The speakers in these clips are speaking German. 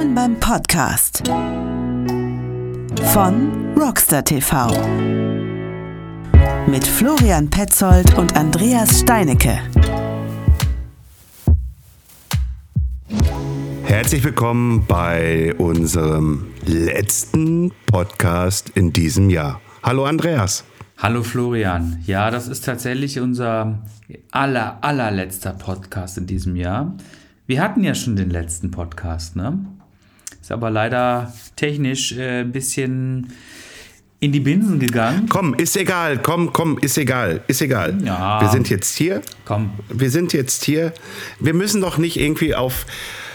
Willkommen beim Podcast von Rockstar TV mit Florian Petzold und Andreas Steinecke. Herzlich willkommen bei unserem letzten Podcast in diesem Jahr. Hallo Andreas. Hallo Florian. Ja, das ist tatsächlich unser allerletzter Podcast in diesem Jahr. Wir hatten ja schon den letzten Podcast, ne? Ist aber leider technisch ein bisschen in die Binsen gegangen. Komm, ist egal. Ist egal. Ja. Wir sind jetzt hier. Wir müssen doch nicht irgendwie auf...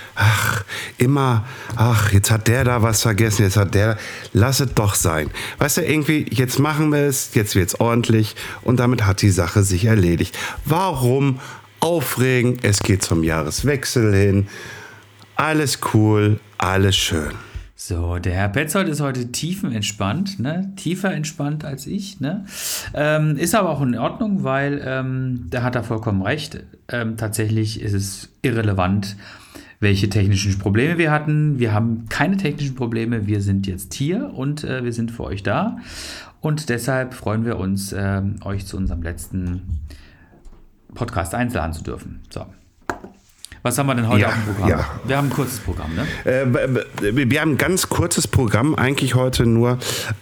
jetzt hat der da was vergessen, lass es doch sein. Weißt du, irgendwie, jetzt machen wir es, jetzt wird's ordentlich und damit hat die Sache sich erledigt. Warum aufregen? Es geht zum Jahreswechsel hin. Alles cool, alles schön. So, der Herr Petzold ist heute tiefenentspannt, ne? Tiefer entspannt als ich, ne? Ist aber auch in Ordnung, weil da hat er vollkommen recht. Tatsächlich ist es irrelevant, welche technischen Probleme wir hatten. Wir haben keine technischen Probleme, wir sind jetzt hier und wir sind für euch da. Und deshalb freuen wir uns, euch zu unserem letzten Podcast einladen zu dürfen. So. Was haben wir denn heute auf dem Programm? Ja. Wir haben ein kurzes Programm, ne? Wir haben ein ganz kurzes Programm, eigentlich heute nur.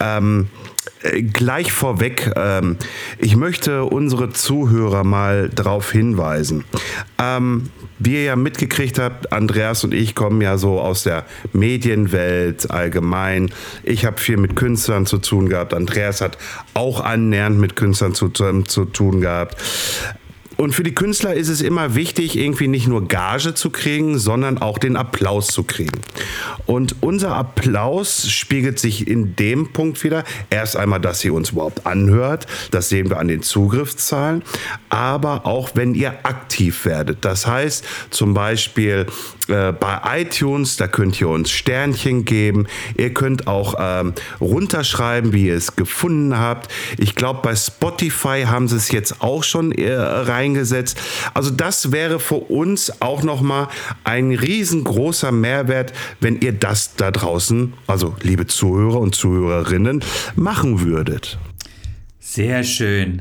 Gleich vorweg, ich möchte unsere Zuhörer mal darauf hinweisen. Wie ihr ja mitgekriegt habt, Andreas und ich kommen ja so aus der Medienwelt allgemein. Ich habe viel mit Künstlern zu tun gehabt. Andreas hat auch annähernd mit Künstlern zu tun gehabt. Und für die Künstler ist es immer wichtig, irgendwie nicht nur Gage zu kriegen, sondern auch den Applaus zu kriegen. Und unser Applaus spiegelt sich in dem Punkt wieder. Erst einmal, dass ihr uns überhaupt anhört. Das sehen wir an den Zugriffszahlen. Aber auch, wenn ihr aktiv werdet. Das heißt, zum Beispiel bei iTunes, da könnt ihr uns Sternchen geben. Ihr könnt auch runterschreiben, wie ihr es gefunden habt. Ich glaube, bei Spotify haben sie es jetzt auch schon reingesetzt. Also das wäre für uns auch nochmal ein riesengroßer Mehrwert, wenn ihr das da draußen, also liebe Zuhörer und Zuhörerinnen, machen würdet. Sehr schön.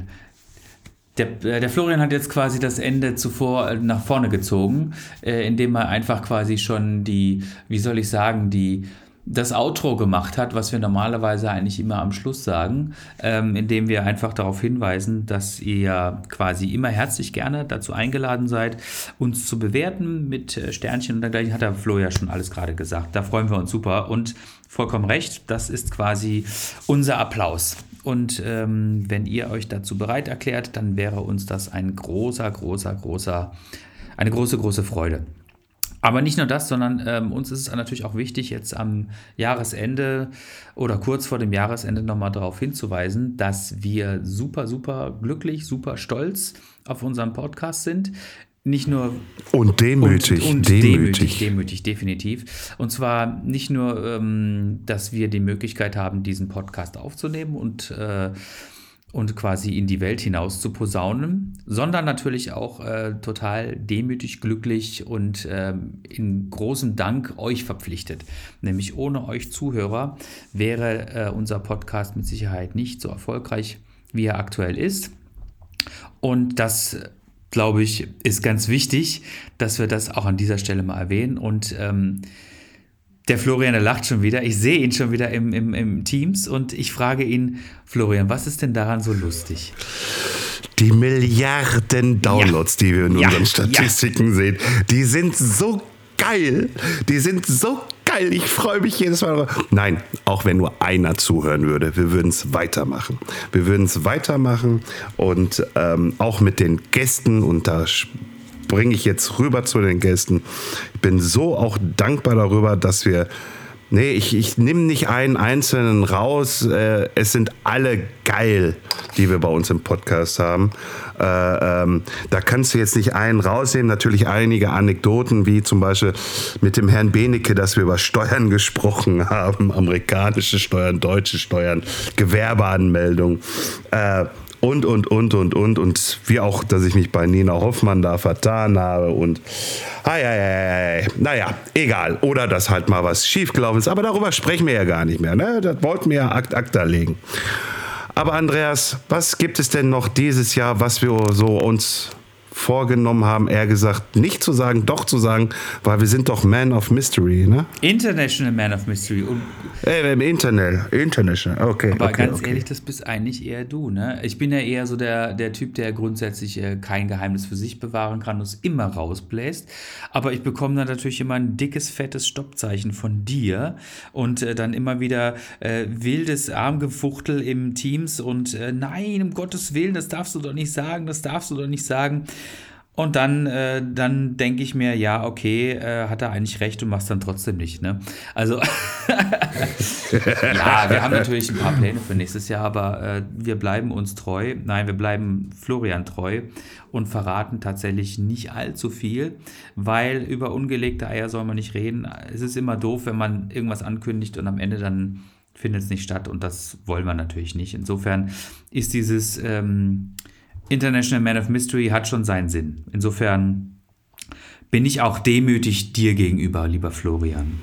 Der Florian hat jetzt quasi das Ende zuvor nach vorne gezogen, indem er einfach quasi schon das Outro gemacht hat, was wir normalerweise eigentlich immer am Schluss sagen, indem wir einfach darauf hinweisen, dass ihr quasi immer herzlich gerne dazu eingeladen seid, uns zu bewerten mit Sternchen und dergleichen. Hat der Flo ja schon alles gerade gesagt. Da freuen wir uns super und vollkommen recht, das ist quasi unser Applaus. Und wenn ihr euch dazu bereit erklärt, dann wäre uns das eine große Freude. Aber nicht nur das, sondern uns ist es natürlich auch wichtig, jetzt am Jahresende oder kurz vor dem Jahresende nochmal darauf hinzuweisen, dass wir super, super glücklich, super stolz auf unseren Podcast sind. Nicht nur und demütig, definitiv. Und zwar nicht nur, dass wir die Möglichkeit haben, diesen Podcast aufzunehmen und quasi in die Welt hinaus zu posaunen, sondern natürlich auch total demütig, glücklich und in großem Dank euch verpflichtet. Nämlich ohne euch Zuhörer wäre unser Podcast mit Sicherheit nicht so erfolgreich, wie er aktuell ist. Und das, glaube ich, ist ganz wichtig, dass wir das auch an dieser Stelle mal erwähnen. Und der Florian, der lacht schon wieder. Ich sehe ihn schon wieder im Teams und ich frage ihn, Florian, was ist denn daran so lustig? Die Milliarden Downloads, die wir in unseren Statistiken sehen, die sind so geil. Ich freue mich jedes Mal. Nein, auch wenn nur einer zuhören würde, wir würden es weitermachen. Und auch mit den Gästen und da bringe ich jetzt rüber zu den Gästen. Ich bin so auch dankbar darüber, dass wir... Nee, ich nehme nicht einen einzelnen raus. Es sind alle geil, die wir bei uns im Podcast haben. Da kannst du jetzt nicht einen rausnehmen. Natürlich einige Anekdoten, wie zum Beispiel mit dem Herrn Benecke, dass wir über Steuern gesprochen haben. Amerikanische Steuern, deutsche Steuern, Gewerbeanmeldung. Und wie auch, dass ich mich bei Nina Hoffmann da vertan habe und naja, egal. Oder dass halt mal was schiefgelaufen ist. Aber darüber sprechen wir ja gar nicht mehr. Ne? Das wollten wir ja ad acta legen. Aber Andreas, was gibt es denn noch dieses Jahr, was wir so uns vorgenommen haben, eher gesagt, nicht zu sagen, doch zu sagen, weil wir sind doch Man of Mystery, ne? International Man of Mystery. International, okay. Aber ganz ehrlich, das bist eigentlich eher du, ne? Ich bin ja eher so der Typ, der grundsätzlich kein Geheimnis für sich bewahren kann und es immer rausbläst. Aber ich bekomme dann natürlich immer ein dickes, fettes Stoppzeichen von dir und dann immer wieder wildes Armgefuchtel im Teams und nein, um Gottes Willen, das darfst du doch nicht sagen, Und dann denke ich mir, ja, okay, hat er eigentlich recht und mach's dann trotzdem nicht, ne? Also, ja, wir haben natürlich ein paar Pläne für nächstes Jahr, aber wir bleiben uns treu. Nein, wir bleiben Florian treu und verraten tatsächlich nicht allzu viel, weil über ungelegte Eier soll man nicht reden. Es ist immer doof, wenn man irgendwas ankündigt und am Ende dann findet es nicht statt und das wollen wir natürlich nicht. Insofern ist dieses International Man of Mystery hat schon seinen Sinn. Insofern bin ich auch demütig dir gegenüber, lieber Florian.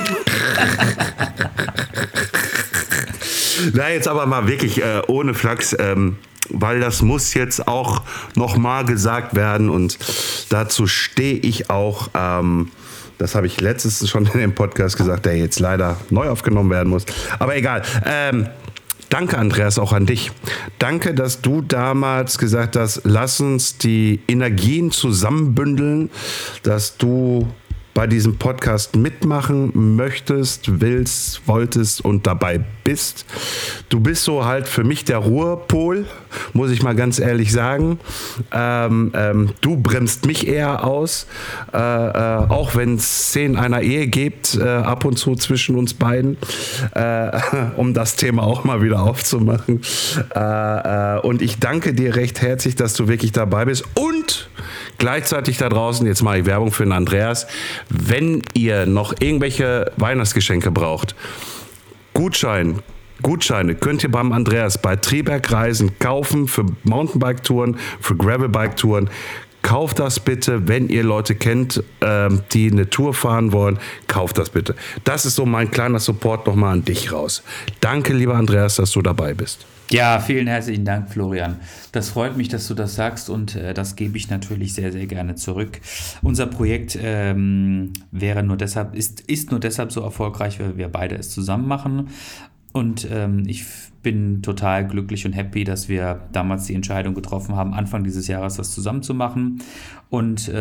Na, jetzt aber mal wirklich ohne Flachs, weil das muss jetzt auch nochmal gesagt werden und dazu stehe ich auch. Das habe ich letztens schon in dem Podcast gesagt, der jetzt leider neu aufgenommen werden muss. Aber egal. Danke, Andreas, auch an dich. Danke, dass du damals gesagt hast, lass uns die Energien zusammenbündeln, dass du bei diesem Podcast mitmachen möchtest, wolltest und dabei bist. Du bist so halt für mich der Ruhepol, muss ich mal ganz ehrlich sagen. Du bremst mich eher aus, auch wenn es Szenen einer Ehe gibt, ab und zu zwischen uns beiden, um das Thema auch mal wieder aufzumachen. Und ich danke dir recht herzlich, dass du wirklich dabei bist und gleichzeitig da draußen, jetzt mache ich Werbung für den Andreas, wenn ihr noch irgendwelche Weihnachtsgeschenke braucht, Gutscheine könnt ihr beim Andreas bei Triberg Reisen kaufen für Mountainbike-Touren, für Gravelbike-Touren. Kauft das bitte, wenn ihr Leute kennt, die eine Tour fahren wollen, kauft das bitte. Das ist so mein kleiner Support nochmal an dich raus. Danke, lieber Andreas, dass du dabei bist. Ja, vielen herzlichen Dank, Florian. Das freut mich, dass du das sagst und das gebe ich natürlich sehr, sehr gerne zurück. Unser Projekt ist nur deshalb so erfolgreich, weil wir beide es zusammen machen. Und ich bin total glücklich und happy, dass wir damals die Entscheidung getroffen haben, Anfang dieses Jahres das zusammen zu machen. Und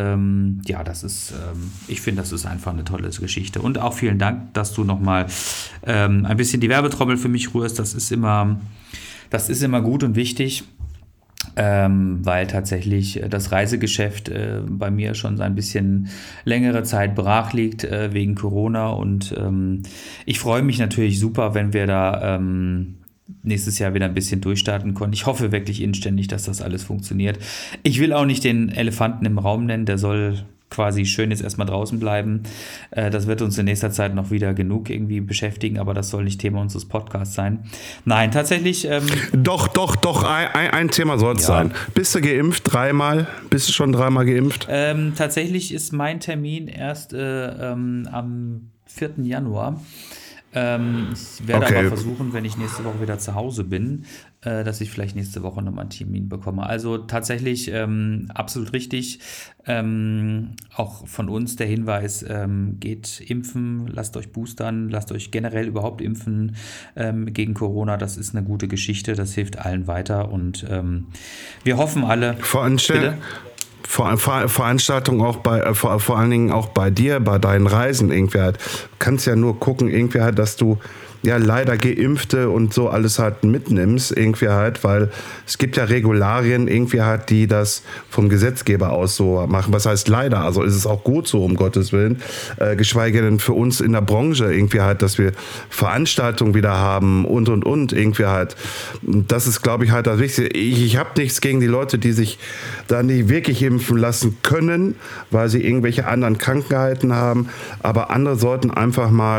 ich finde, das ist einfach eine tolle Geschichte. Und auch vielen Dank, dass du nochmal ein bisschen die Werbetrommel für mich rührst. Das ist immer gut und wichtig, weil tatsächlich das Reisegeschäft bei mir schon ein bisschen längere Zeit brach liegt wegen Corona und ich freue mich natürlich super, wenn wir da nächstes Jahr wieder ein bisschen durchstarten können. Ich hoffe wirklich inständig, dass das alles funktioniert. Ich will auch nicht den Elefanten im Raum nennen, der soll quasi schön jetzt erstmal draußen bleiben. Das wird uns in nächster Zeit noch wieder genug irgendwie beschäftigen, aber das soll nicht Thema unseres Podcasts sein. Nein, tatsächlich... Doch, ein Thema soll es sein. Bist du geimpft dreimal? Bist du schon dreimal geimpft? Tatsächlich ist mein Termin erst am 4. Januar. Ich werde aber versuchen, wenn ich nächste Woche wieder zu Hause bin, dass ich vielleicht nächste Woche nochmal einen Termin bekomme. Also tatsächlich absolut richtig. Auch von uns der Hinweis, geht impfen, lasst euch boostern, lasst euch generell überhaupt impfen gegen Corona. Das ist eine gute Geschichte, das hilft allen weiter und wir hoffen alle... Veranstaltungen auch vor allen Dingen auch bei dir, bei deinen Reisen irgendwie halt. Du kannst ja nur gucken irgendwie halt, dass du ja leider Geimpfte und so alles halt mitnimmst irgendwie halt, weil es gibt ja Regularien irgendwie halt, die das vom Gesetzgeber aus so machen. Was heißt leider? Also ist es auch gut so, um Gottes Willen. Geschweige denn für uns in der Branche irgendwie halt, dass wir Veranstaltungen wieder haben und irgendwie halt. Das ist, glaube ich, halt das Wichtigste. Ich habe nichts gegen die Leute, die sich da nicht wirklich impfen lassen können, weil sie irgendwelche anderen Krankheiten haben. Aber andere sollten einfach mal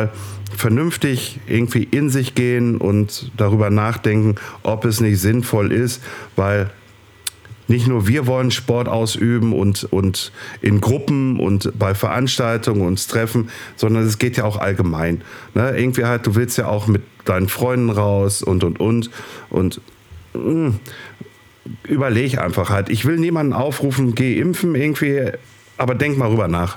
vernünftig irgendwie in sich gehen und darüber nachdenken, ob es nicht sinnvoll ist, weil nicht nur wir wollen Sport ausüben und in Gruppen und bei Veranstaltungen uns treffen, sondern es geht ja auch allgemein. Ne? Irgendwie halt, du willst ja auch mit deinen Freunden raus und überleg einfach halt. Ich will niemanden aufrufen, geh impfen irgendwie, aber denk mal rüber nach.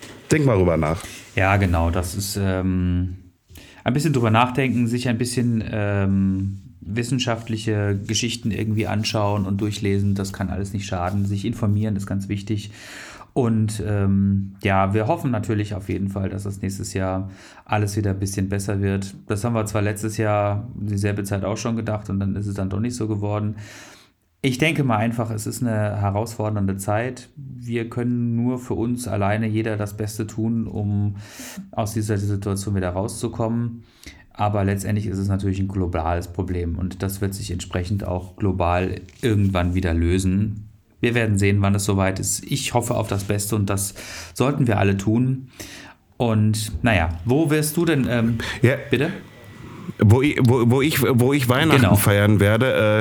Ja, genau, das ist ein bisschen drüber nachdenken, sich ein bisschen wissenschaftliche Geschichten irgendwie anschauen und durchlesen, das kann alles nicht schaden. Sich informieren ist ganz wichtig. Und wir hoffen natürlich auf jeden Fall, dass das nächstes Jahr alles wieder ein bisschen besser wird. Das haben wir zwar letztes Jahr dieselbe Zeit auch schon gedacht und dann ist es dann doch nicht so geworden. Ich denke mal einfach, es ist eine herausfordernde Zeit. Wir können nur für uns alleine jeder das Beste tun, um aus dieser Situation wieder rauszukommen. Aber letztendlich ist es natürlich ein globales Problem und das wird sich entsprechend auch global irgendwann wieder lösen. Wir werden sehen, wann es soweit ist. Ich hoffe auf das Beste und das sollten wir alle tun. Und wo wirst du denn, bitte? Wo ich Weihnachten feiern werde,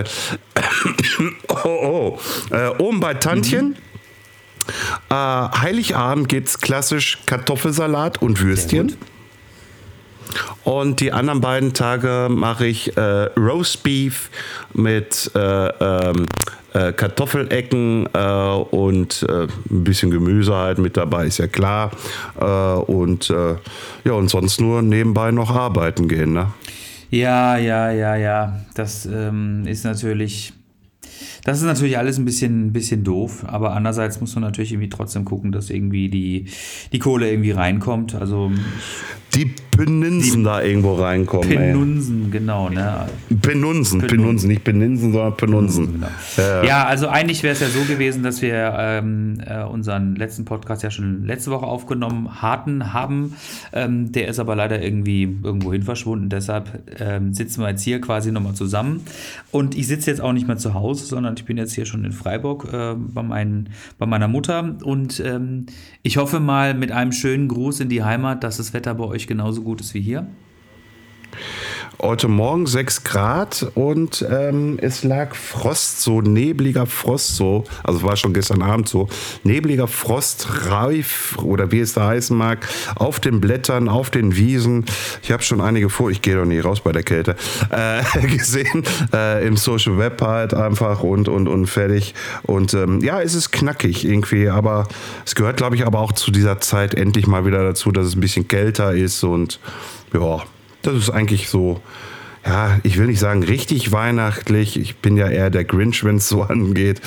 oben bei Tantchen. Heiligabend gibt's klassisch Kartoffelsalat und Würstchen. Und die anderen beiden Tage mache ich Roastbeef mit Kartoffelecken und ein bisschen Gemüse halt mit dabei, ist ja klar. Und sonst nur nebenbei noch arbeiten gehen, ne? Ja. Das ist natürlich alles ein bisschen doof, aber andererseits muss man natürlich irgendwie trotzdem gucken, dass irgendwie die Kohle irgendwie reinkommt. Also die Penunsen da irgendwo reinkommen. Penunsen, genau. Ne? Penunsen, nicht Peninsen, sondern Penunsen. Genau. Ja, also eigentlich wäre es ja so gewesen, dass wir unseren letzten Podcast ja schon letzte Woche aufgenommen haben. Der ist aber leider irgendwie irgendwo hin verschwunden. Deshalb sitzen wir jetzt hier quasi nochmal zusammen. Und ich sitze jetzt auch nicht mehr zu Hause, sondern ich bin jetzt hier schon in Freiburg bei meiner Mutter. Und ich hoffe mal mit einem schönen Gruß in die Heimat, dass das Wetter bei euch genauso gut ist wie hier. Heute Morgen 6 Grad und es lag Frost, so nebliger Frost, so, also es war schon gestern Abend so, nebliger Frostreif oder wie es da heißen mag, auf den Blättern, auf den Wiesen. Ich habe schon einige ich gehe doch nicht raus bei der Kälte, gesehen, im Social Web halt einfach und fertig. Und es ist knackig irgendwie, aber es gehört, glaube ich, aber auch zu dieser Zeit endlich mal wieder dazu, dass es ein bisschen kälter ist und ja, das ist eigentlich so, ja, ich will nicht sagen richtig weihnachtlich. Ich bin ja eher der Grinch, wenn es so angeht.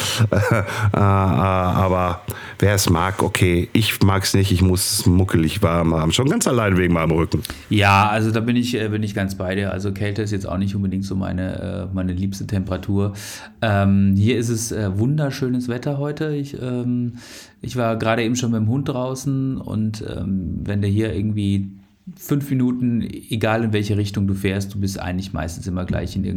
Aber wer es mag, okay. Ich mag es nicht. Ich muss es muckelig warm haben. Schon ganz allein wegen meinem Rücken. Ja, also da bin ich ganz bei dir. Also Kälte ist jetzt auch nicht unbedingt so meine liebste Temperatur. Hier ist es wunderschönes Wetter heute. Ich war gerade eben schon mit dem Hund draußen und wenn der hier irgendwie 5 Minuten, egal in welche Richtung du fährst, du bist eigentlich meistens immer gleich in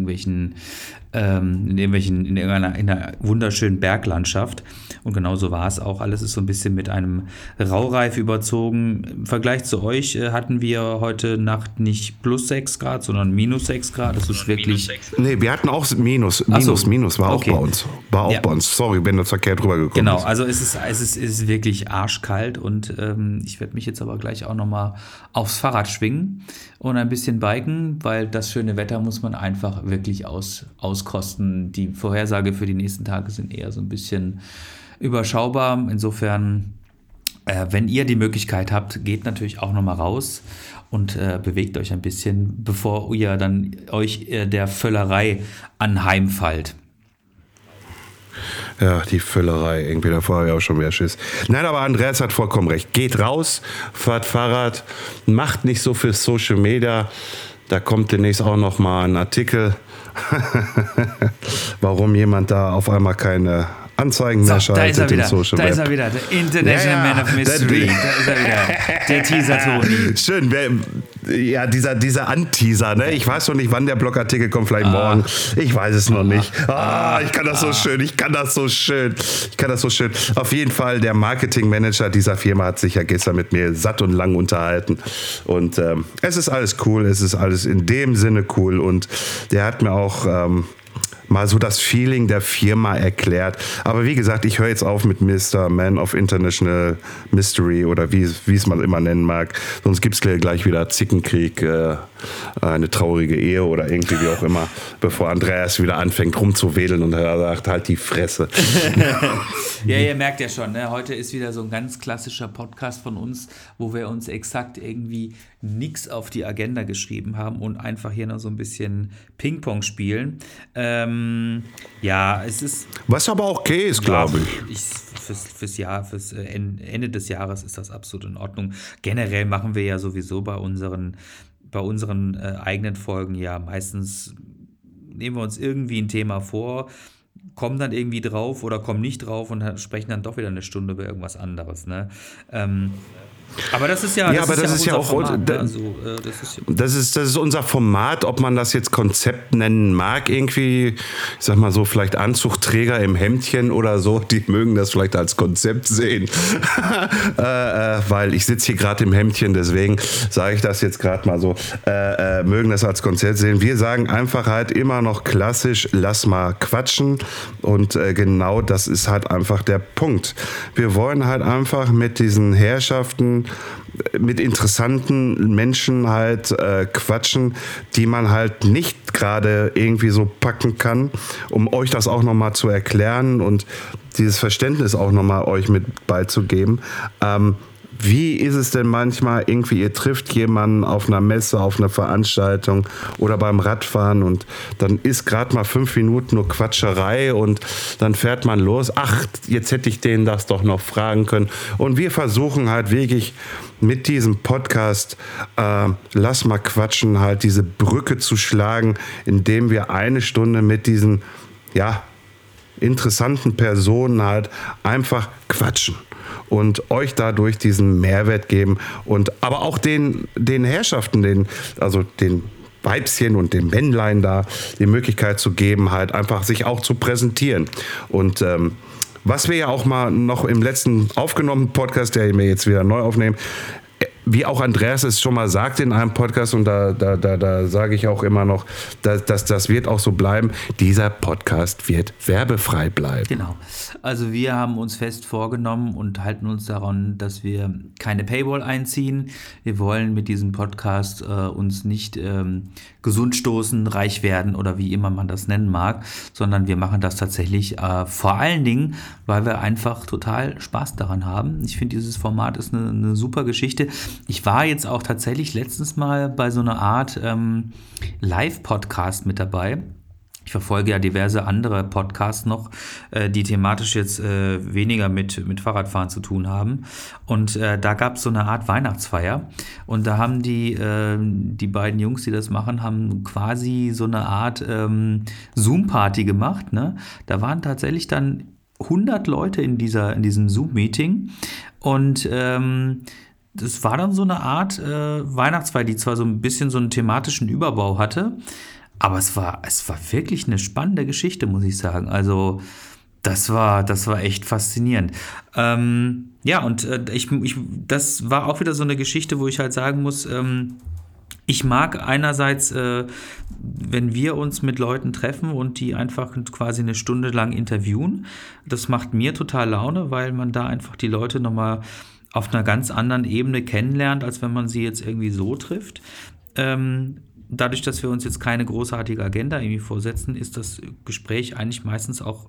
einer wunderschönen Berglandschaft. Und genauso war es auch. Alles ist so ein bisschen mit einem Raureif überzogen. Im Vergleich zu euch hatten wir heute Nacht nicht plus 6 Grad, sondern minus 6 Grad. Das ist wirklich... Nee, wir hatten auch Minus war auch bei uns. Bei uns. Sorry, wenn das verkehrt rübergekommen ist. Genau, also es ist wirklich arschkalt und ich werde mich jetzt aber gleich auch nochmal aufs Fahrrad schwingen und ein bisschen biken, weil das schöne Wetter muss man einfach wirklich auskosten. Die Vorhersage für die nächsten Tage sind eher so ein bisschen überschaubar. Insofern, wenn ihr die Möglichkeit habt, geht natürlich auch nochmal raus und bewegt euch ein bisschen, bevor ihr dann euch der Völlerei anheimfallt. Ja, die Völlerei. Irgendwie davor habe ich auch schon mehr Schiss. Nein, aber Andreas hat vollkommen recht. Geht raus, fahrt Fahrrad, macht nicht so viel Social Media. Da kommt demnächst auch noch mal ein Artikel, warum jemand da auf einmal keine Anzeigen mehr schaltet im Social Web. Da ist er wieder, der International Man of Mystery. Da ist er wieder, der Teaser-Toni. Schön, dieser Anteaser, ne? Ich weiß noch nicht, wann der Blogartikel kommt, vielleicht morgen. Ich weiß es noch nicht. Ich kann das so schön. Auf jeden Fall, der Marketingmanager dieser Firma hat sich ja gestern mit mir satt und lang unterhalten. Und es ist alles cool, es ist alles in dem Sinne cool. Und der hat mir auch mal so das Feeling der Firma erklärt. Aber wie gesagt, ich höre jetzt auf mit Mr. Man of International Mystery oder wie es man immer nennen mag. Sonst gibt es gleich wieder Zickenkrieg, eine traurige Ehe oder irgendwie wie auch immer, bevor Andreas wieder anfängt rumzuwedeln und er sagt, halt die Fresse. Ja, ihr merkt ja schon, ne? Heute ist wieder so ein ganz klassischer Podcast von uns, wo wir uns exakt irgendwie nichts auf die Agenda geschrieben haben und einfach hier noch so ein bisschen Ping-Pong spielen. Ja, es ist... Was aber auch okay ist, glaube ich. Fürs Ende des Jahres ist das absolut in Ordnung. Generell machen wir ja sowieso bei unseren eigenen Folgen ja meistens, nehmen wir uns irgendwie ein Thema vor, kommen dann irgendwie drauf oder kommen nicht drauf und sprechen dann doch wieder eine Stunde über irgendwas anderes, ne? Aber das ist ja auch Format, ne? Also, das ist unser Format, ob man das jetzt Konzept nennen mag, irgendwie, ich sag mal so, vielleicht Anzugträger im Hemdchen oder so, die mögen das vielleicht als Konzept sehen, weil ich sitze hier gerade im Hemdchen, deswegen sage ich das jetzt gerade mal so, mögen das als Konzept sehen. Wir sagen einfach halt immer noch klassisch, lass mal quatschen und genau das ist halt einfach der Punkt. Wir wollen halt einfach mit diesen Herrschaften, mit interessanten Menschen halt quatschen, die man halt nicht gerade irgendwie so packen kann, um euch das auch nochmal zu erklären und dieses Verständnis auch nochmal euch mit beizugeben. Wie ist es denn manchmal irgendwie, ihr trifft jemanden auf einer Messe, auf einer Veranstaltung oder beim Radfahren und dann ist gerade mal 5 Minuten nur Quatscherei und dann fährt man los. Ach, jetzt hätte ich denen das doch noch fragen können. Und wir versuchen halt wirklich mit diesem Podcast, lass mal quatschen, halt diese Brücke zu schlagen, indem wir eine Stunde mit diesen, interessanten Personen halt einfach quatschen und euch dadurch diesen Mehrwert geben und aber auch den Herrschaften, den Weibchen und dem Männlein da die Möglichkeit zu geben, halt einfach sich auch zu präsentieren. Und was wir ja auch mal noch im letzten aufgenommenen Podcast, der wir jetzt wieder neu aufnehmen, wie auch Andreas es schon mal sagte in einem Podcast, und da sage ich auch immer noch, dass das wird auch so bleiben, dieser Podcast wird werbefrei bleiben. Genau. Also wir haben uns fest vorgenommen und halten uns daran, dass wir keine Paywall einziehen. Wir wollen mit diesem Podcast uns nicht gesund stoßen, reich werden oder wie immer man das nennen mag, sondern wir machen das tatsächlich vor allen Dingen, weil wir einfach total Spaß daran haben. Ich finde, dieses Format ist eine super Geschichte. Ich war jetzt auch tatsächlich letztens mal bei so einer Art Live-Podcast mit dabei. Ich verfolge ja diverse andere Podcasts noch, die thematisch jetzt weniger mit Fahrradfahren zu tun haben. Und da gab es so eine Art Weihnachtsfeier. Und da haben die beiden Jungs, die das machen, haben quasi so eine Art Zoom-Party gemacht, ne? Da waren tatsächlich dann 100 Leute in diesem Zoom-Meeting. Und das war dann so eine Art Weihnachtsfeier, die zwar so ein bisschen so einen thematischen Überbau hatte, aber es war wirklich eine spannende Geschichte, muss ich sagen. Also das war echt faszinierend. Das war auch wieder so eine Geschichte, wo ich halt sagen muss, ich mag einerseits, wenn wir uns mit Leuten treffen und die einfach quasi eine Stunde lang interviewen. Das macht mir total Laune, weil man da einfach die Leute nochmal auf einer ganz anderen Ebene kennenlernt, als wenn man sie jetzt irgendwie so trifft. Dadurch, dass wir uns jetzt keine großartige Agenda irgendwie vorsetzen, ist das Gespräch eigentlich meistens auch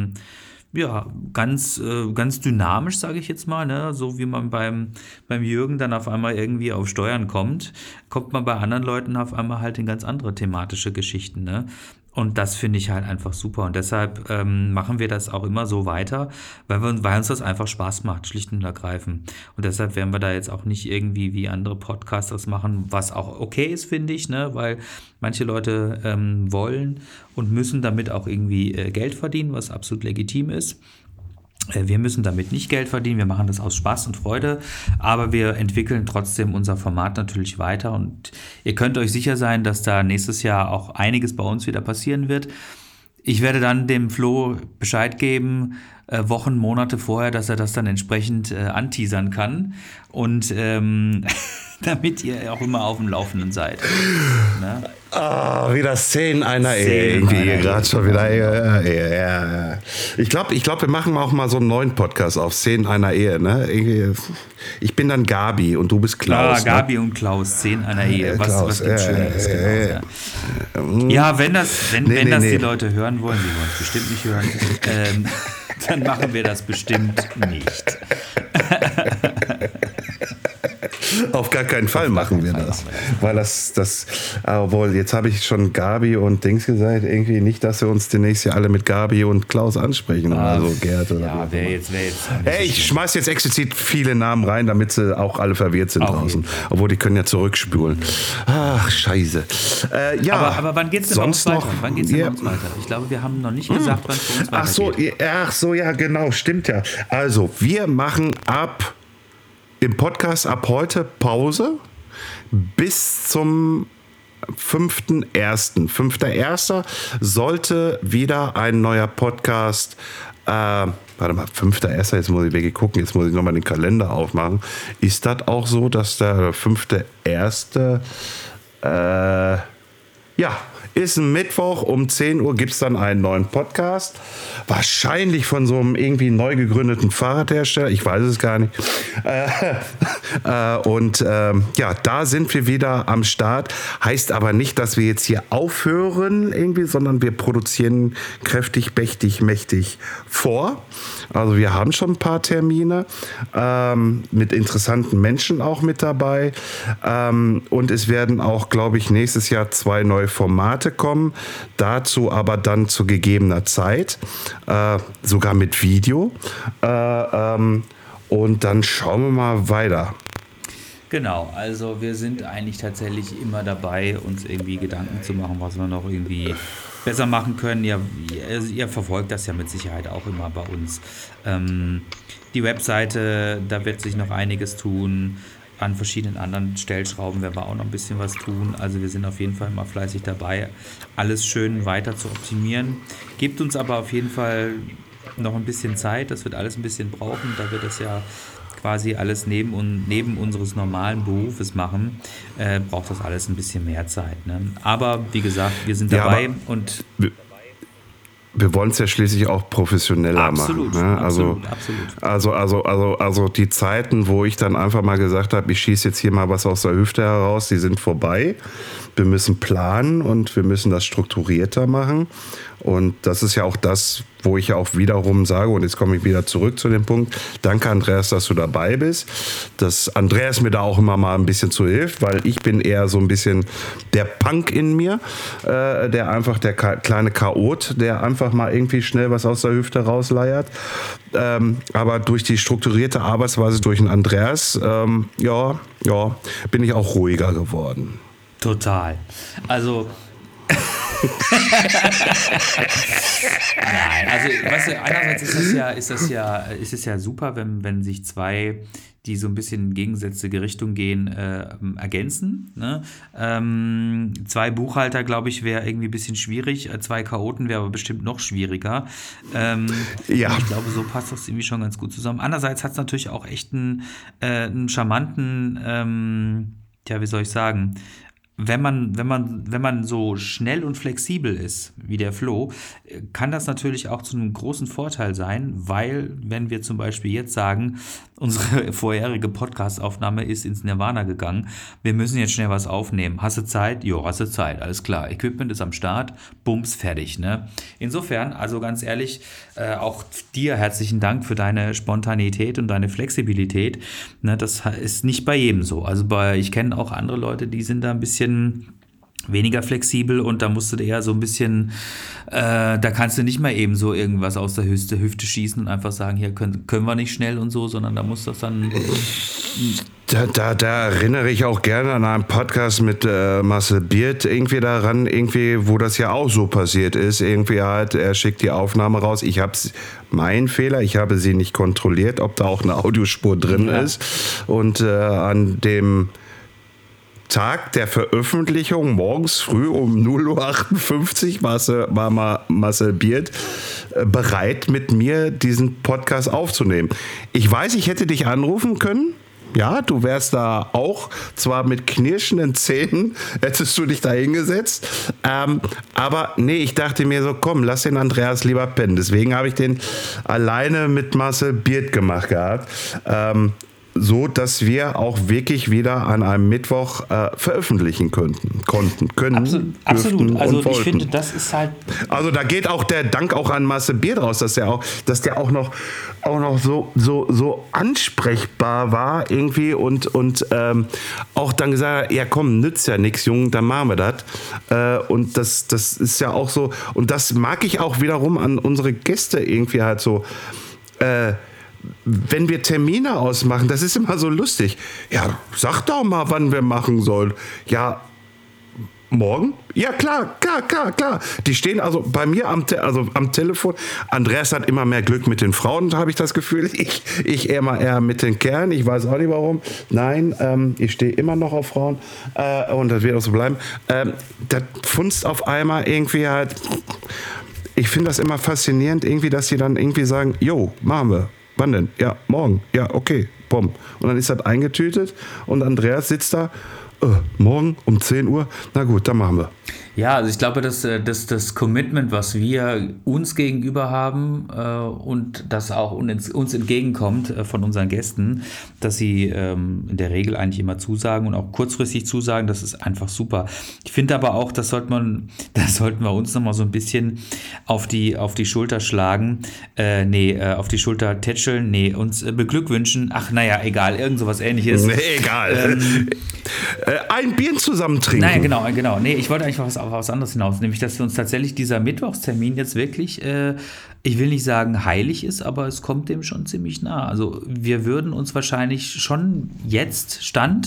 ganz dynamisch, sage ich jetzt mal, ne? So wie man beim Jürgen dann auf einmal irgendwie auf Steuern kommt man bei anderen Leuten auf einmal halt in ganz andere thematische Geschichten, ne? Und das finde ich halt einfach super. Und deshalb machen wir das auch immer so weiter, weil uns das einfach Spaß macht, schlicht und ergreifend. Und deshalb werden wir da jetzt auch nicht irgendwie wie andere Podcasters machen, was auch okay ist, finde ich, ne? Weil manche Leute wollen und müssen damit auch irgendwie Geld verdienen, was absolut legitim ist. Wir müssen damit nicht Geld verdienen, wir machen das aus Spaß und Freude, aber wir entwickeln trotzdem unser Format natürlich weiter und ihr könnt euch sicher sein, dass da nächstes Jahr auch einiges bei uns wieder passieren wird. Ich werde dann dem Flo Bescheid geben, Wochen, Monate vorher, dass er das dann entsprechend anteasern kann und damit ihr auch immer auf dem Laufenden seid. Ne? Wieder Szenen einer Ehe. Irgendwie gerade schon wieder. Ja. Ich glaube, wir machen auch mal so einen neuen Podcast auf Szenen einer Ehe. Ne? Ich bin dann Gabi und du bist Klaus. Gabi ne? und Klaus, Szenen einer Ehe. Was gibt Schöneres? Genau, Ja, wenn das die Leute hören wollen, sie wollen es bestimmt nicht hören, dann machen wir das bestimmt nicht. Auf gar keinen Fall machen wir das. Weil obwohl, jetzt habe ich schon Gabi und Dings gesagt, irgendwie nicht, dass wir uns demnächst hier alle mit Gabi und Klaus ansprechen oder so, Gerd oder ja, wer jetzt. Hey, ich schmeiß jetzt explizit viele Namen rein, damit sie auch alle verwirrt sind draußen. Obwohl, die können ja zurückspulen. Ach, scheiße. Aber wann geht's denn sonst bei uns noch? weiter? Wann geht's denn bei uns weiter? Ich glaube, wir haben noch nicht gesagt, wann es bei uns weitergeht. Ach so, ja, genau, stimmt ja. Also, wir machen im Podcast ab heute Pause bis zum 5.1. 5.1. sollte wieder ein neuer Podcast, warte mal, 5.1., jetzt muss ich wirklich gucken, jetzt muss ich nochmal den Kalender aufmachen. Ist das auch so, dass der 5.1., ist ein Mittwoch um 10 Uhr gibt es dann einen neuen Podcast. Wahrscheinlich von so einem irgendwie neu gegründeten Fahrradhersteller. Ich weiß es gar nicht. Da sind wir wieder am Start. Heißt aber nicht, dass wir jetzt hier aufhören irgendwie, sondern wir produzieren kräftig, mächtig vor. Also wir haben schon ein paar Termine mit interessanten Menschen auch mit dabei. Und es werden auch, glaube ich, nächstes Jahr 2 neue Formate kommen. Dazu aber dann zu gegebener Zeit. Sogar mit Video. Und dann schauen wir mal weiter. Genau, also wir sind eigentlich tatsächlich immer dabei, uns irgendwie Gedanken zu machen, was wir noch irgendwie besser machen können. Ihr verfolgt das ja mit Sicherheit auch immer bei uns. Die Webseite, da wird sich noch einiges tun. An verschiedenen anderen Stellschrauben werden wir auch noch ein bisschen was tun. Also wir sind auf jeden Fall immer fleißig dabei, alles schön weiter zu optimieren. Gebt uns aber auf jeden Fall noch ein bisschen Zeit. Das wird alles ein bisschen brauchen, da wir das ja quasi alles neben unseres normalen Berufes machen, braucht das alles ein bisschen mehr Zeit. Ne? Aber wie gesagt, wir sind dabei und wir wollen es ja schließlich auch professioneller machen. Ne? Absolut. Also die Zeiten, wo ich dann einfach mal gesagt habe, ich schieße jetzt hier mal was aus der Hüfte heraus, die sind vorbei. Wir müssen planen und wir müssen das strukturierter machen. Und das ist ja auch das, wo ich ja auch wiederum sage, und jetzt komme ich wieder zurück zu dem Punkt, danke Andreas, dass du dabei bist, dass Andreas mir da auch immer mal ein bisschen zu hilft, weil ich bin eher so ein bisschen der Punk in mir, der einfach der kleine Chaot, der einfach mal irgendwie schnell was aus der Hüfte rausleiert. Aber durch die strukturierte Arbeitsweise durch den Andreas, bin ich auch ruhiger geworden. Total. Also nein, also weißt du, einerseits ist es ja super, wenn sich zwei, die so ein bisschen in gegensätzliche Richtung gehen, ergänzen. Ne? 2 Buchhalter, glaube ich, wäre irgendwie ein bisschen schwierig. 2 Chaoten wäre aber bestimmt noch schwieriger. Ich glaube, so passt das irgendwie schon ganz gut zusammen. Andererseits hat es natürlich auch echt einen charmanten, wie soll ich sagen, wenn man so schnell und flexibel ist, wie der Flo, kann das natürlich auch zu einem großen Vorteil sein, weil, wenn wir zum Beispiel jetzt sagen, unsere vorherige Podcast-Aufnahme ist ins Nirvana gegangen, wir müssen jetzt schnell was aufnehmen. Hast du Zeit? Jo, hast du Zeit, alles klar. Equipment ist am Start, bums, fertig. Ne? Insofern, also ganz ehrlich, auch dir herzlichen Dank für deine Spontanität und deine Flexibilität. Ne, das ist nicht bei jedem so. Also ich kenne auch andere Leute, die sind da ein bisschen weniger flexibel und da musst du eher so ein bisschen, da kannst du nicht mal eben so irgendwas aus der Hüfte schießen und einfach sagen, hier können wir nicht schnell und so, sondern da muss das dann... Da erinnere ich auch gerne an einen Podcast mit Marcel Biert irgendwie daran, irgendwie, wo das ja auch so passiert ist. Irgendwie halt, er schickt die Aufnahme raus. Mein Fehler, ich habe sie nicht kontrolliert, ob da auch eine Audiospur drin ist. Und an dem Tag der Veröffentlichung, morgens früh um 0:58 Uhr, war Marcel Biert bereit, mit mir diesen Podcast aufzunehmen. Ich weiß, ich hätte dich anrufen können. Ja, du wärst da auch, zwar mit knirschenden Zähnen, hättest du dich da hingesetzt. Aber nee, ich dachte mir so, komm, lass den Andreas lieber pennen. Deswegen habe ich den alleine mit Marcel Biert gemacht gehabt. So, dass wir auch wirklich wieder an einem Mittwoch veröffentlichen konnten. Absolut. Also ich finde, das ist halt... Also da geht auch der Dank auch an Marcel Biert raus, dass der auch noch so ansprechbar war irgendwie und auch dann gesagt hat, ja komm, nützt ja nichts, Junge, dann machen wir das. Und das ist ja auch so, und das mag ich auch wiederum an unsere Gäste irgendwie halt so, wenn wir Termine ausmachen, das ist immer so lustig. Ja, sag doch mal, wann wir machen sollen. Ja, morgen? Ja, klar. Die stehen also bei mir am Telefon. Andreas hat immer mehr Glück mit den Frauen, habe ich das Gefühl. Ich eher mit den Kerlen. Ich weiß auch nicht warum. Nein, ich stehe immer noch auf Frauen. Und das wird auch so bleiben. Das funzt auf einmal irgendwie halt. Ich finde das immer faszinierend, irgendwie, dass sie dann irgendwie sagen, jo, machen wir. Wann denn? Ja, morgen. Ja, okay, bumm. Und dann ist das eingetütet und Andreas sitzt da, morgen um 10 Uhr, na gut, dann machen wir. Ja, also ich glaube, dass das Commitment, was wir uns gegenüber haben und das auch uns entgegenkommt von unseren Gästen, dass sie in der Regel eigentlich immer zusagen und auch kurzfristig zusagen, das ist einfach super. Ich finde aber auch, das sollten wir uns nochmal so ein bisschen auf die Schulter schlagen, auf die Schulter tätscheln, uns beglückwünschen, egal, irgend sowas Ähnliches. Nee, egal. Ein Bier zusammen trinken. Nein, genau. Nee, ich wollte eigentlich auf was anderes hinaus, nämlich, dass wir uns tatsächlich dieser Mittwochstermin jetzt wirklich, ich will nicht sagen heilig ist, aber es kommt dem schon ziemlich nah. Also wir würden uns wahrscheinlich schon jetzt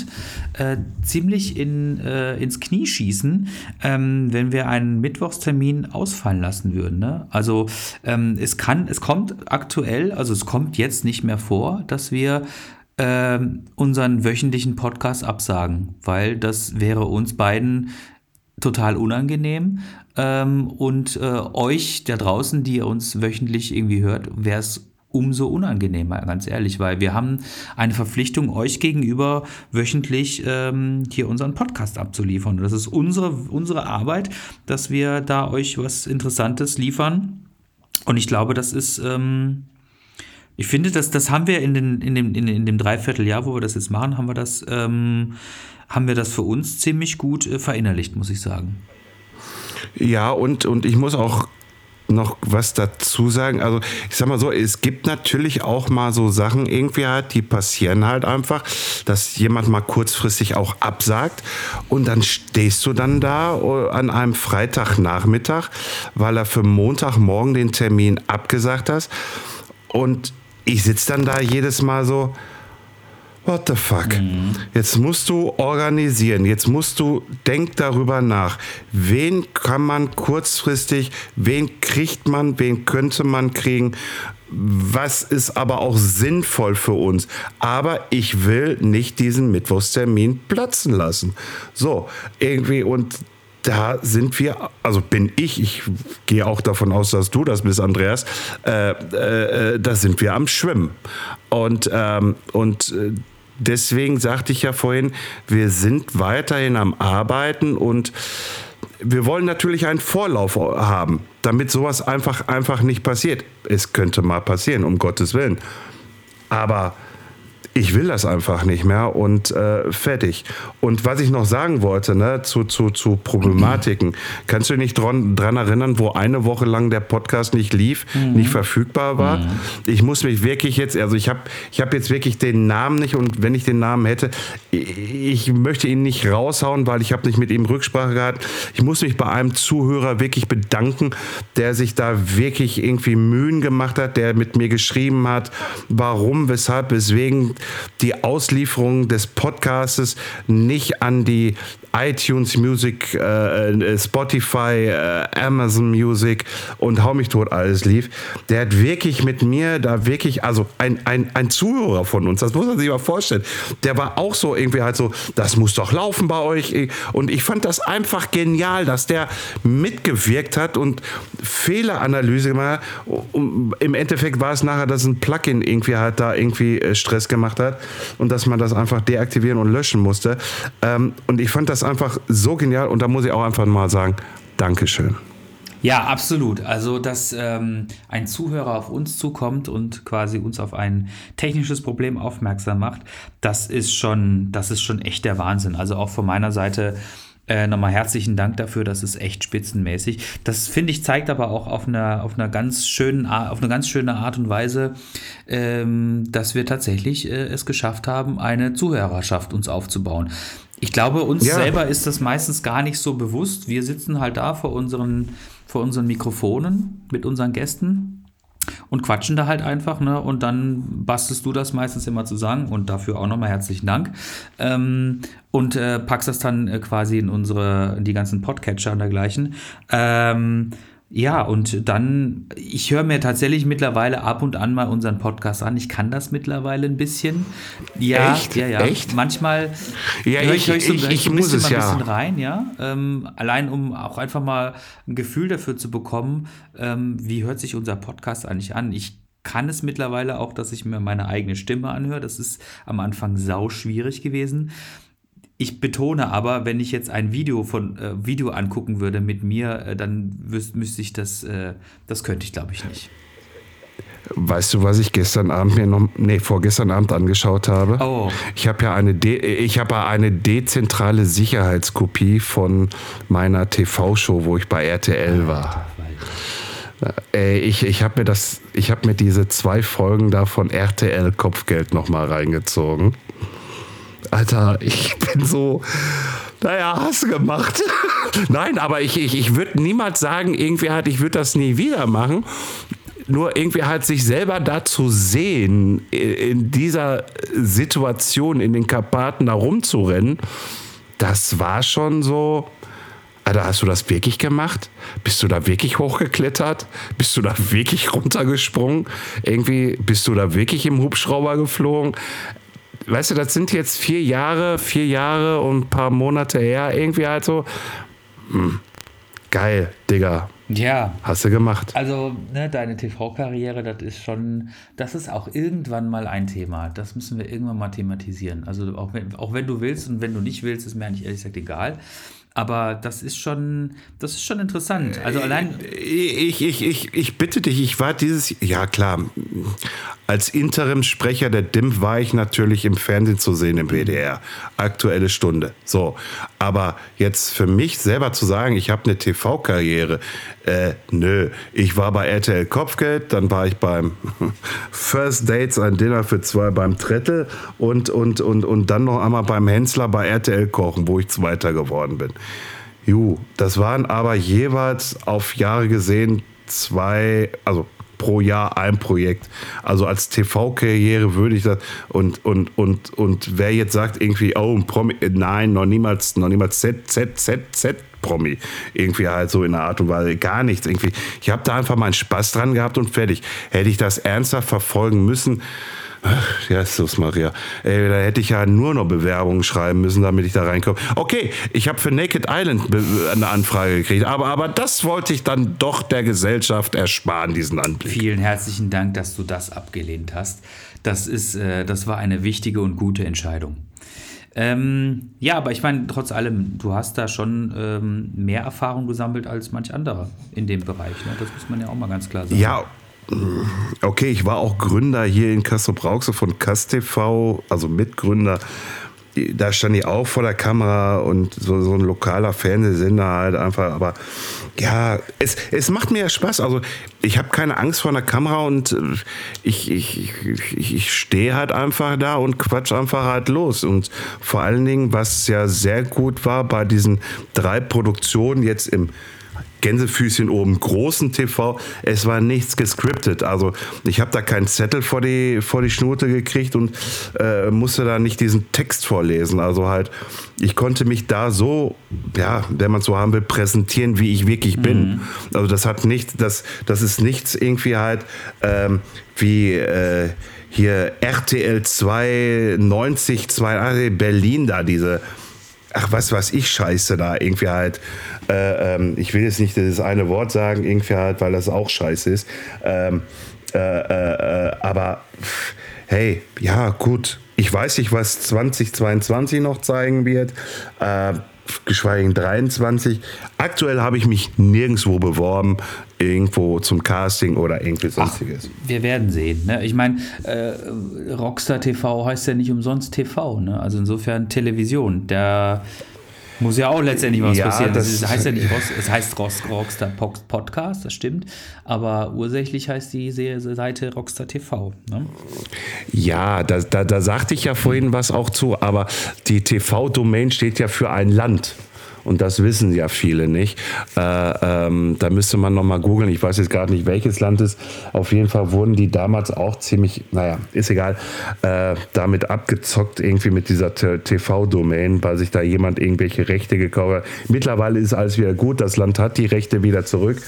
ziemlich ins Knie schießen, wenn wir einen Mittwochstermin ausfallen lassen würden. Ne? Also es kommt aktuell, also es kommt jetzt nicht mehr vor, dass wir unseren wöchentlichen Podcast absagen, weil das wäre uns beiden total unangenehm und euch da draußen, die ihr uns wöchentlich irgendwie hört, wäre es umso unangenehmer, ganz ehrlich, weil wir haben eine Verpflichtung euch gegenüber wöchentlich hier unseren Podcast abzuliefern. Und das ist unsere Arbeit, dass wir da euch was Interessantes liefern und ich glaube, das ist ich finde, das haben wir in dem Dreivierteljahr, wo wir das jetzt machen, haben wir das für uns ziemlich gut verinnerlicht, muss ich sagen. Ja, und ich muss auch noch was dazu sagen. Also ich sag mal so, es gibt natürlich auch mal so Sachen irgendwie halt, die passieren halt einfach, dass jemand mal kurzfristig auch absagt und dann stehst du dann da an einem Freitagnachmittag, weil er für Montagmorgen den Termin abgesagt hat und ich sitze dann da jedes Mal so, what the fuck? Jetzt musst du organisieren, denk darüber nach. Wen kann man kurzfristig, wen könnte man kriegen? Was ist aber auch sinnvoll für uns? Aber ich will nicht diesen Mittwochstermin platzen lassen. So, irgendwie und da sind wir, also bin ich gehe auch davon aus, dass du das bist, Andreas, da sind wir am Schwimmen. Und deswegen sagte ich ja vorhin, wir sind weiterhin am Arbeiten und wir wollen natürlich einen Vorlauf haben, damit sowas einfach nicht passiert. Es könnte mal passieren, um Gottes Willen. Aber ich will das einfach nicht mehr und fertig. Und was ich noch sagen wollte, ne, zu Problematiken, kannst du dich nicht dran erinnern, wo eine Woche lang der Podcast nicht lief, nicht verfügbar war? Ich muss mich wirklich jetzt, also ich hab jetzt wirklich den Namen nicht, und wenn ich den Namen hätte, ich möchte ihn nicht raushauen, weil ich habe nicht mit ihm Rücksprache gehabt. Ich muss mich bei einem Zuhörer wirklich bedanken, der sich da wirklich irgendwie Mühen gemacht hat, der mit mir geschrieben hat, warum, weshalb, weswegen die Auslieferung des Podcastes nicht an die iTunes Music, Spotify, Amazon Music und hau mich tot alles lief. Der hat wirklich mit mir da wirklich, also ein Zuhörer von uns, das muss man sich mal vorstellen, der war auch so irgendwie halt so, das muss doch laufen bei euch. Und ich fand das einfach genial, dass der mitgewirkt hat und Fehleranalyse gemacht hat. Im Endeffekt war es nachher, dass ein Plugin irgendwie halt da irgendwie Stress gemacht hat und dass man das einfach deaktivieren und löschen musste. Und ich fand das einfach so genial, und da muss ich auch einfach mal sagen, Dankeschön. Ja, absolut. Also, dass ein Zuhörer auf uns zukommt und quasi uns auf ein technisches Problem aufmerksam macht, das ist schon echt der Wahnsinn. Also auch von meiner Seite nochmal herzlichen Dank dafür, das ist echt spitzenmäßig. Das, finde ich, zeigt aber auch auf eine ganz schöne Art und Weise, dass wir tatsächlich es geschafft haben, eine Zuhörerschaft uns aufzubauen. Ich glaube, uns selber ist das meistens gar nicht so bewusst. Wir sitzen halt da vor unseren Mikrofonen mit unseren Gästen und quatschen da halt einfach, ne? Und dann bastelst du das meistens immer zusammen, und dafür auch nochmal herzlichen Dank. Und packst das dann quasi in die ganzen Podcatcher und dergleichen. Ja, und dann, ich höre mir tatsächlich mittlerweile ab und an mal unseren Podcast an. Ich kann das mittlerweile ein bisschen. Ja, Echt? Ja. Echt? Manchmal ja, ich muss es ja. Ein bisschen rein, ja. Allein, um auch einfach mal ein Gefühl dafür zu bekommen, wie hört sich unser Podcast eigentlich an. Ich kann es mittlerweile auch, dass ich mir meine eigene Stimme anhöre. Das ist am Anfang sau schwierig gewesen. Ich betone aber, wenn ich jetzt ein Video angucken würde mit mir, dann müsste ich das könnte ich, glaube ich, nicht. Weißt du, was ich vorgestern Abend angeschaut habe? Oh. Ich habe ja eine dezentrale Sicherheitskopie von meiner TV-Show, wo ich bei RTL war. Ich habe mir diese 2 Folgen da von RTL Kopfgeld nochmal reingezogen. Alter, ich bin so, hast du gemacht. Nein, aber ich würde niemals sagen, irgendwie halt, ich würde das nie wieder machen. Nur irgendwie halt sich selber da zu sehen, in dieser Situation in den Karpaten da rumzurennen, das war schon so. Alter, hast du das wirklich gemacht? Bist du da wirklich hochgeklettert? Bist du da wirklich runtergesprungen? Irgendwie bist du da wirklich im Hubschrauber geflogen? Weißt du, das sind jetzt 4 Jahre und ein paar Monate her, irgendwie halt so. Geil, Digga. Ja. Hast du gemacht. Also, deine TV-Karriere, das ist auch irgendwann mal ein Thema. Das müssen wir irgendwann mal thematisieren. Also, auch wenn du willst und wenn du nicht willst, ist mir eigentlich ehrlich gesagt egal. Aber das ist schon interessant. Also allein. Ich bitte dich, ich war ja klar, als Interimssprecher der DIMP war ich natürlich im Fernsehen zu sehen im WDR. Aktuelle Stunde. So. Aber jetzt für mich selber zu sagen, ich habe eine TV-Karriere, nö. Ich war bei RTL Kopfgeld, dann war ich beim First Dates, ein Dinner für 2 beim Trettel und dann noch einmal beim Hensler bei RTL Kochen, wo ich Zweiter geworden bin. Das waren aber jeweils auf Jahre gesehen 2, also pro Jahr ein Projekt. Also als TV-Karriere würde ich das und wer jetzt sagt irgendwie, oh, ein Promi, nein, noch niemals Promi. Irgendwie halt so in der Art und Weise, gar nichts irgendwie. Ich habe da einfach meinen Spaß dran gehabt und fertig. Hätte ich das ernsthaft verfolgen müssen, Jesus Maria, da hätte ich ja nur noch Bewerbungen schreiben müssen, damit ich da reinkomme. Okay, ich habe für Naked Island eine Anfrage gekriegt, aber das wollte ich dann doch der Gesellschaft ersparen, diesen Anblick. Vielen herzlichen Dank, dass du das abgelehnt hast. Das war eine wichtige und gute Entscheidung. Ja, aber ich meine, trotz allem, du hast da schon mehr Erfahrung gesammelt als manch anderer in dem Bereich. Ne? Das muss man ja auch mal ganz klar sagen. Ja, Okay, ich war auch Gründer hier in Castrop-Rauxel von CastTV, also Mitgründer. Da stand ich auch vor der Kamera und so ein lokaler Fernsehsender halt einfach, aber ja, es macht mir ja Spaß. Also ich habe keine Angst vor einer Kamera und ich stehe halt einfach da und quatsch einfach halt los. Und vor allen Dingen, was ja sehr gut war bei diesen 3 Produktionen jetzt im Gänsefüßchen oben großen TV, es war nichts gescriptet. Also ich habe da keinen Zettel vor die Schnute gekriegt und musste da nicht diesen Text vorlesen. Also halt, ich konnte mich da so, ja, wenn man es so haben will, präsentieren, wie ich wirklich bin. Also das hat nichts, das ist nichts irgendwie halt wie hier RTL 2 90 2 Berlin da diese was weiß ich, Scheiße da irgendwie halt. Ich will jetzt nicht das eine Wort sagen, irgendwie halt, weil das auch scheiße ist. Aber hey, ja gut. Ich weiß nicht, was 2022 noch zeigen wird. Geschweige denn 23. Aktuell habe ich mich nirgendwo beworben, irgendwo zum Casting oder irgendwie sonstiges. Wir werden sehen. Ne? Ich meine, Rockstar TV heißt ja nicht umsonst TV. Ne? Also insofern Television. Da muss ja auch letztendlich was passieren. Das heißt ja nicht es heißt Rockstar Podcast, das stimmt. Aber ursächlich heißt die Seite Rockstar TV. Ne? Ja, da sagte ich ja vorhin was auch zu, aber die TV-Domain steht ja für ein Land. Und das wissen ja viele nicht. Da müsste man nochmal googeln. Ich weiß jetzt gerade nicht, welches Land es ist. Auf jeden Fall wurden die damals auch ziemlich, naja, ist egal, damit abgezockt irgendwie mit dieser TV-Domain, weil sich da jemand irgendwelche Rechte gekauft hat. Mittlerweile ist alles wieder gut. Das Land hat die Rechte wieder zurück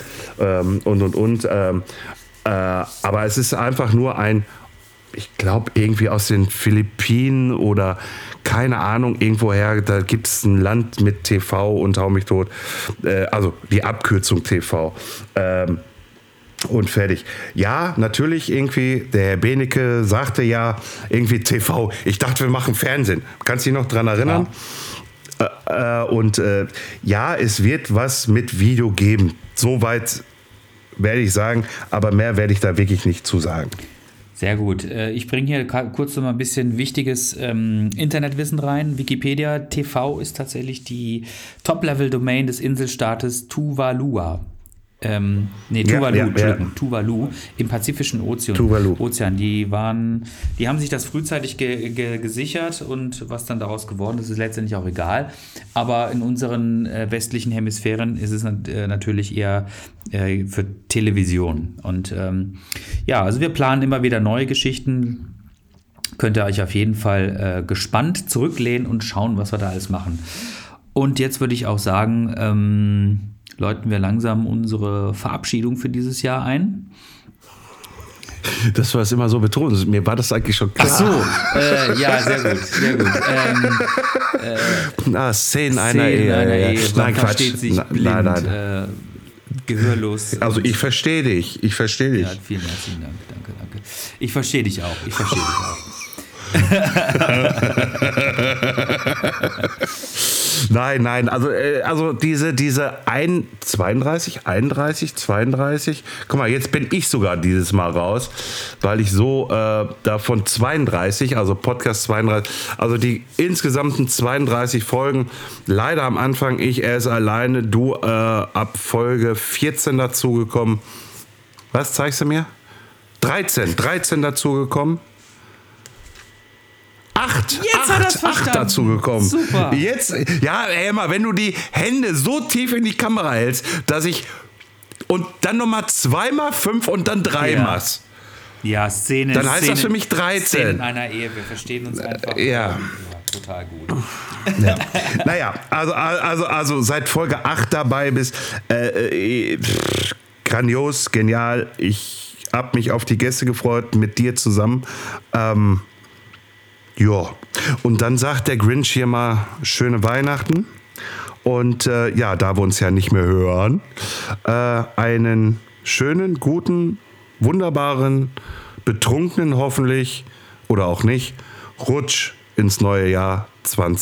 aber es ist einfach nur ich glaube, irgendwie aus den Philippinen oder keine Ahnung, irgendwoher, da gibt es ein Land mit TV und hau mich tot. Also die Abkürzung TV. Und fertig. Ja, natürlich irgendwie, der Herr Benecke sagte ja irgendwie TV. Ich dachte, wir machen Fernsehen. Kannst du dich noch dran erinnern? Ja. Ja, es wird was mit Video geben. Soweit werde ich sagen, aber mehr werde ich da wirklich nicht zu sagen. Sehr gut. Ich bringe hier kurz noch mal ein bisschen wichtiges Internetwissen rein. Wikipedia TV ist tatsächlich die Top-Level-Domain des Inselstaates Tuvalu. Tuvalu im Pazifischen Ozean. Die haben sich das frühzeitig gesichert und was dann daraus geworden ist, ist letztendlich auch egal. Aber in unseren westlichen Hemisphären ist es natürlich eher für Television. Und also wir planen immer wieder neue Geschichten. Könnt ihr euch auf jeden Fall gespannt zurücklehnen und schauen, was wir da alles machen. Und jetzt würde ich auch sagen, läuten wir langsam unsere Verabschiedung für dieses Jahr ein. Dass du das immer so betonst. Mir war das eigentlich schon klar. Ach so, ja, sehr gut. Szenen einer Ehe. Nein, Quatsch. Versteht sich blind, nein. Gehörlos. Also ich verstehe dich. Ja, vielen herzlichen Dank. Danke. Ich verstehe dich auch. Nein, also diese 32, guck mal, jetzt bin ich sogar dieses Mal raus, weil ich so davon 32, also Podcast 32, also die insgesamten 32 Folgen, leider am Anfang ich erst alleine, du ab Folge 14 dazugekommen. Was zeigst du mir? 13 dazugekommen. 8 dazu gekommen. Super. Jetzt, ja, Emma, wenn du die Hände so tief in die Kamera hältst, dass ich und dann nochmal 2 mal 5 und dann 3 machst. Ja, Szene. Dann heißt das für mich 13. Szenen einer Ehe, wir verstehen uns einfach. Ja, total gut. Ja. Naja, also seit Folge 8 dabei bist, grandios, genial. Ich habe mich auf die Gäste gefreut, mit dir zusammen. Ja, und dann sagt der Grinch hier mal schöne Weihnachten und da wir uns ja nicht mehr hören, einen schönen, guten, wunderbaren, betrunkenen hoffentlich oder auch nicht, Rutsch ins neue Jahr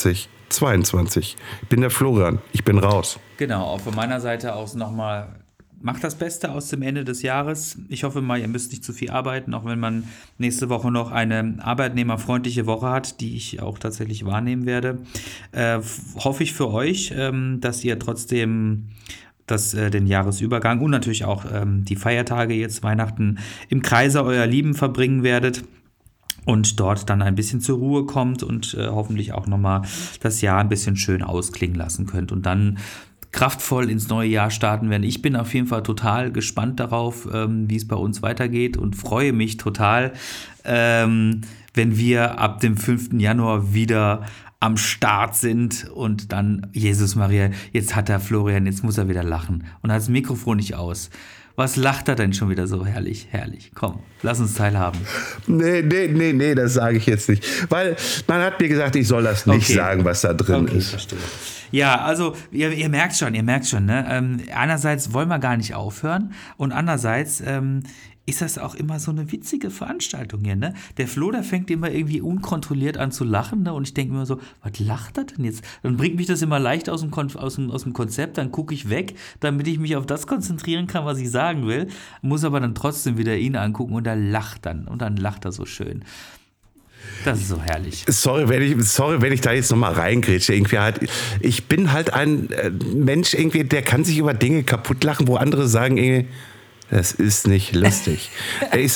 2022. Ich bin der Florian, ich bin raus. Genau, auch von meiner Seite aus nochmal macht das Beste aus dem Ende des Jahres. Ich hoffe mal, ihr müsst nicht zu viel arbeiten, auch wenn man nächste Woche noch eine arbeitnehmerfreundliche Woche hat, die ich auch tatsächlich wahrnehmen werde. Hoffe ich für euch, dass ihr trotzdem den Jahresübergang und natürlich auch die Feiertage jetzt Weihnachten im Kreise eurer Lieben verbringen werdet. Und dort dann ein bisschen zur Ruhe kommt und hoffentlich auch nochmal das Jahr ein bisschen schön ausklingen lassen könnt und dann kraftvoll ins neue Jahr starten werden. Ich bin auf jeden Fall total gespannt darauf, wie es bei uns weitergeht und freue mich total, wenn wir ab dem 5. Januar wieder am Start sind und dann, Jesus Maria, jetzt hat er Florian, jetzt muss er wieder lachen und hat das Mikrofon nicht aus. Was lacht er denn schon wieder so herrlich? Komm, lass uns teilhaben. Nee, das sage ich jetzt nicht. Weil man hat mir gesagt, ich soll das nicht sagen, was da drin ist. Verstehe. Ja, also ihr merkt schon, ne? Einerseits wollen wir gar nicht aufhören und andererseits ist das auch immer so eine witzige Veranstaltung hier, ne? Der Flo, der fängt immer irgendwie unkontrolliert an zu lachen, ne? Und ich denke immer so, was lacht er denn jetzt? Dann bringt mich das immer leicht aus dem Konzept, dann gucke ich weg, damit ich mich auf das konzentrieren kann, was ich sagen will, muss aber dann trotzdem wieder ihn angucken und er lacht dann so schön. Das ist so herrlich. Sorry, wenn ich da jetzt nochmal reingrätsche. Ich bin halt ein Mensch, irgendwie, der kann sich über Dinge kaputt lachen, wo andere sagen, irgendwie, das ist nicht lustig. Ich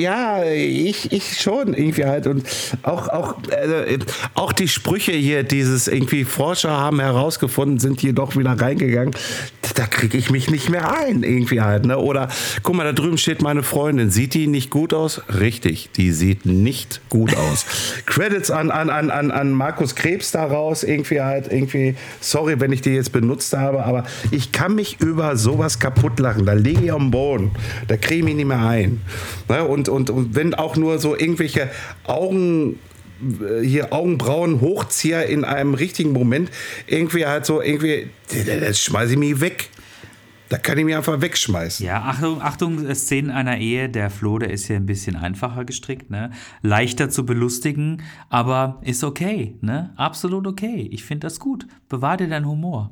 schon irgendwie halt. Und auch die Sprüche hier, dieses irgendwie Forscher haben herausgefunden, sind hier doch wieder reingegangen. Da kriege ich mich nicht mehr ein, irgendwie halt. Ne? Oder, guck mal, da drüben steht meine Freundin. Sieht die nicht gut aus? Richtig, die sieht nicht gut aus. Credits an Markus Krebs daraus, irgendwie halt. Sorry, wenn ich die jetzt benutzt habe, aber ich kann mich über sowas kaputt lachen. Da liege ich am Boden. Da kriege ich mich nicht mehr ein. Und wenn auch nur so irgendwelche Augenbrauen Hochzieher in einem richtigen Moment das schmeiße ich mich weg. Da kann ich mich einfach wegschmeißen. Ja, Achtung, Szenen einer Ehe. Der Flo, der ist hier ein bisschen einfacher gestrickt, ne? Leichter zu belustigen, aber ist okay, ne? Absolut okay. Ich finde das gut. Bewahr dir deinen Humor.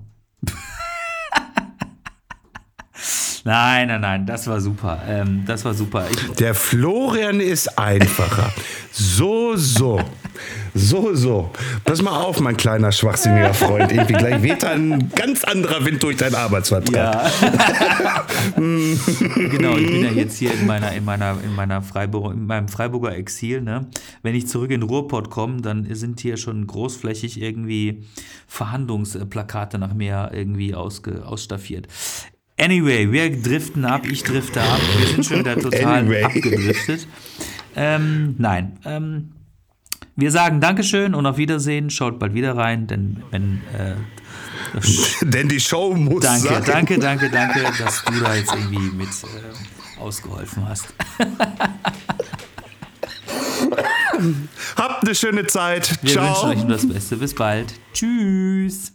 Nein, das war super. Der Florian ist einfacher. So. Pass mal auf, mein kleiner, schwachsinniger Freund. Gleich weht da ein ganz anderer Wind durch deinen Arbeitsvertrag. Ja. Genau, ich bin ja jetzt hier in meinem Freiburger Exil. Ne? Wenn ich zurück in Ruhrpott komme, dann sind hier schon großflächig irgendwie Verhandlungsplakate nach mir irgendwie ausstaffiert. Anyway, wir driften ab, ich drifte ab, wir sind schon wieder total abgedriftet. Wir sagen Dankeschön und auf Wiedersehen, schaut bald wieder rein, denn denn die Show muss sein. Danke, dass du da jetzt irgendwie mit ausgeholfen hast. Habt eine schöne Zeit. Wir Ciao. wünschen euch nur das Beste. Bis bald. Tschüss.